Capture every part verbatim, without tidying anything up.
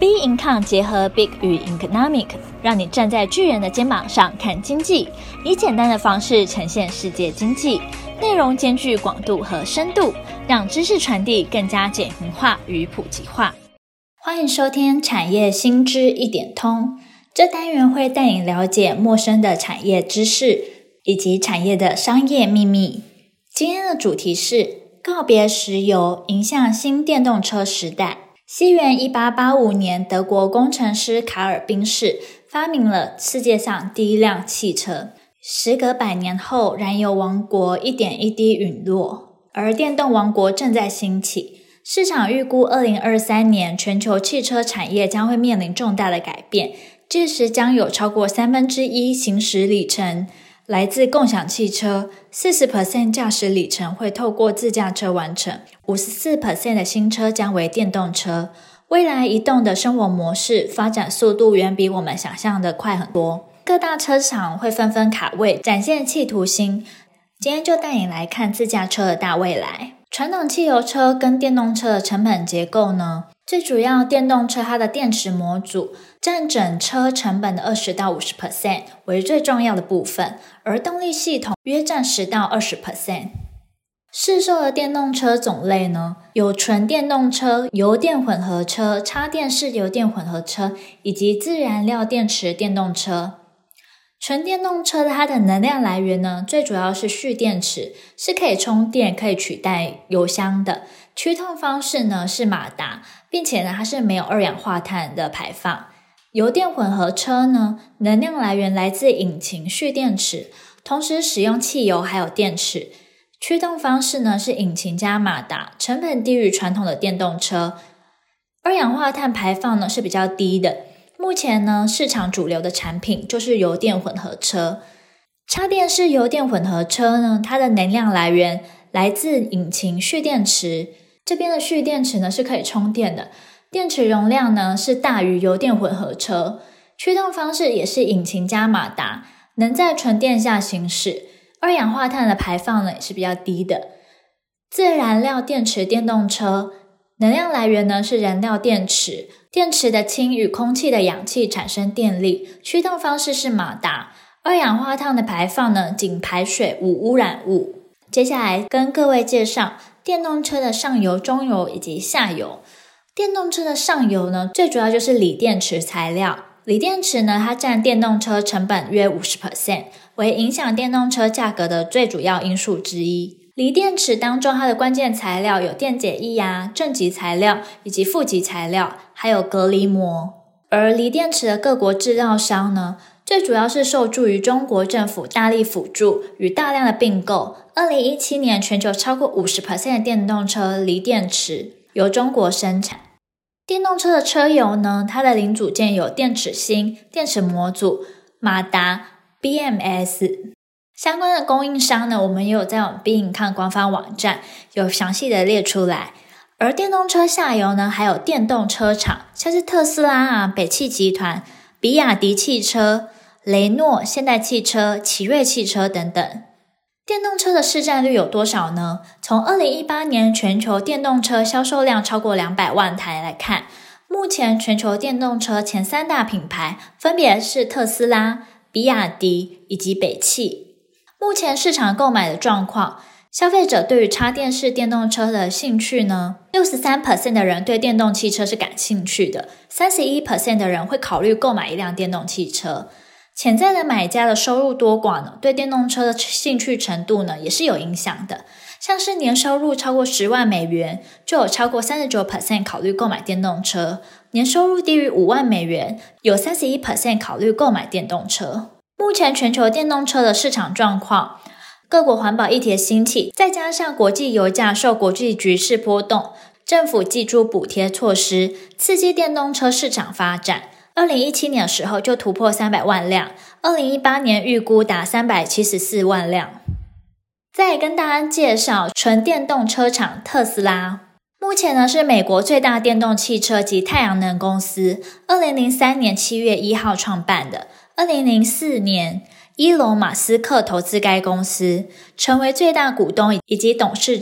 B Income 结合 Big 与 Economic， 让你站在巨人的肩膀上看经济，以简单的方式呈现世界经济，内容兼具广度和深度，让知识传递更加简明化与普及化。欢迎收听产业新知一点通，这单元会带你了解陌生的产业知识以及产业的商业秘密。今天的主题是告别石油，迎向新电动车时代。西元一八八五年，德国工程师卡尔宾士发明了世界上第一辆汽车。时隔百年后，燃油王国一点一滴陨落，而电动王国正在兴起。市场预估二零二三年全球汽车产业将会面临重大的改变，届时将有超过三分之一行驶里程来自共享汽车， 百分之四十 驾驶里程会透过自驾车完成， 百分之五十四 的新车将为电动车。未来移动的生活模式发展速度远比我们想象的快很多，各大车厂会纷纷卡位，展现企图心。今天就带你来看自驾车的大未来。传统汽油车跟电动车的成本结构呢，最主要电动车它的电池模组占整车成本的 百分之二十到百分之五十 为最重要的部分，而动力系统约占 百分之十到二十。市售的电动车种类呢，有纯电动车、油电混合车、插电式油电混合车以及自燃料电池电动车。纯电动车它的能量来源呢，最主要是蓄电池，是可以充电可以取代油箱的。驱动方式呢是马达，并且呢它是没有二氧化碳的排放。油电混合车呢，能量来源来自引擎蓄电池，同时使用汽油还有电池。驱动方式呢是引擎加马达，成本低于传统的电动车。二氧化碳排放呢是比较低的。目前呢，市场主流的产品就是油电混合车。插电式油电混合车呢，它的能量来源来自引擎蓄电池。这边的蓄电池呢是可以充电的，电池容量呢是大于油电混合车。驱动方式也是引擎加马达，能在纯电下行驶。二氧化碳的排放呢也是比较低的。自燃料电池电动车，能量来源呢是燃料电池，电池的氢与空气的氧气产生电力，驱动方式是马达。二氧化碳的排放呢仅排水无污染物。接下来跟各位介绍电动车的上游、中游以及下游。电动车的上游呢，最主要就是锂电池材料。锂电池呢，它占电动车成本约 百分之五十， 为影响电动车价格的最主要因素之一。锂电池当中，它的关键材料有电解液啊、正极材料以及负极材料，还有隔离膜。而锂电池的各国制造商呢，最主要是受助于中国政府大力辅助与大量的并购。二零一七年，全球超过 百分之五十 的电动车锂电池由中国生产。电动车的车油呢，它的零组件有电池芯、电池模组、马达、B M S。相关的供应商呢，我们也有在我们 B Income 官方网站有详细的列出来。而电动车下游呢，还有电动车厂，像是特斯拉啊、北汽集团、比亚迪汽车、雷诺、现代汽车、奇瑞汽车等等。电动车的市占率有多少呢？从二零一八年全球电动车销售量超过两百万台来看，目前全球电动车前三大品牌分别是特斯拉、比亚迪以及北汽。目前市场购买的状况，消费者对于插电式电动车的兴趣呢 ，百分之六十三 的人对电动汽车是感兴趣的， 百分之三十一 的人会考虑购买一辆电动汽车。潜在的买家的收入多寡呢，对电动车的兴趣程度呢，也是有影响的。像是年收入超过十万美元，就有超过 百分之三十九 考虑购买电动车；年收入低于五万美元，有 百分之三十一 考虑购买电动车。目前全球电动车的市场状况，各国环保议题的兴起，再加上国际油价受国际局势波动，政府祭出补贴措施，刺激电动车市场发展。二零一七年的时候就突破三百万辆，二零一八年预估达三百七十四万辆。再来跟大家介绍纯电动车厂特斯拉。目前呢是美国最大电动汽车及太阳能公司，二零零三年七月一号创办的。二零零四年，伊隆马斯克投资该公司，成为最大股东以及董事长。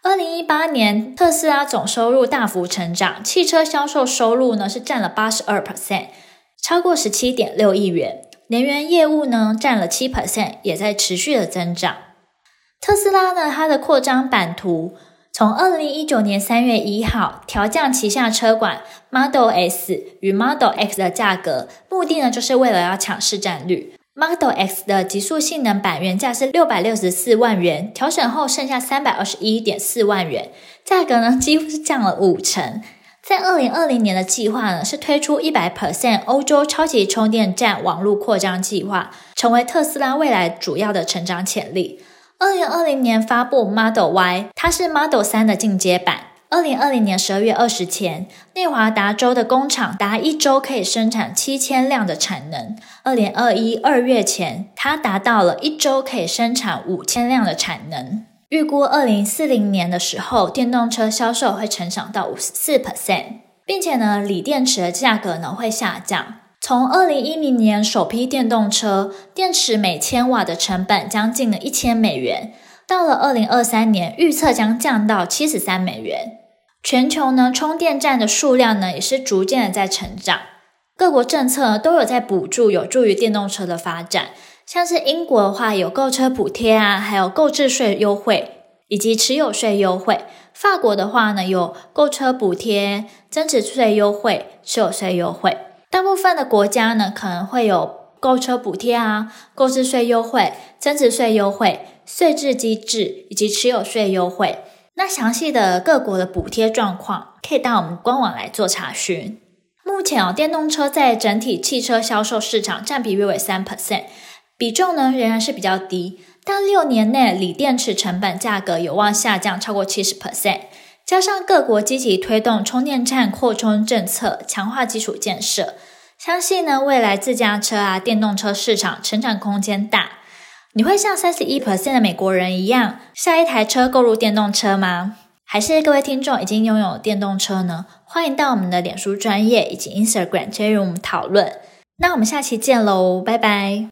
二零一八年特斯拉总收入大幅成长，汽车销售收入呢是占了 百分之八十二， 超过 十七点六亿元，能源业务呢占了 百分之七， 也在持续的增长。特斯拉呢它的扩张版图从二零一九年三月一号调降旗下车款 Model S 与 Model X 的价格，目的呢就是为了要抢市占率。Model X 的极速性能版原价是六百六十四万元，调整后剩下 三百二十一点四万元，价格呢几乎是降了五成。在二零二零年的计划呢是推出 百分之百 欧洲超级充电站网络扩张计划，成为特斯拉未来主要的成长潜力。二零二零年发布 Model Y， 它是 Model 三的进阶版。二零二零年十二月二十前，内华达州的工厂达一周可以生产七千辆的产能。二零二一二月前，它达到了一周可以生产五千辆的产能。预估二零四零年的时候，电动车销售会成长到 百分之五十四， 并且呢，锂电池的价格呢会下降。从二零一零年首批电动车，电池每千瓦的成本将近了一千美元，到了二零二三年，预测将降到七十三美元。全球呢，充电站的数量呢也是逐渐的在成长，各国政策都有在补助，有助于电动车的发展。像是英国的话有购车补贴啊，还有购置税优惠以及持有税优惠。法国的话呢有购车补贴、增值税优惠、持有税优惠。大部分的国家呢可能会有购车补贴啊、购置税优惠、增值税优惠、税制机制以及持有税优惠。那详细的各国的补贴状况可以到我们官网来做查询。目前哦，电动车在整体汽车销售市场占比约为 百分之三， 比重呢仍然是比较低，但六年内锂电池成本价格有望下降超过 百分之七十， 加上各国积极推动充电站扩充政策，强化基础建设，相信呢未来自驾车啊电动车市场成长空间大。你会像 百分之三十一 的美国人一样下一台车购入电动车吗？还是各位听众已经拥有电动车呢？欢迎到我们的脸书专页以及 Instagram 加入我们讨论。那我们下期见喽，拜拜。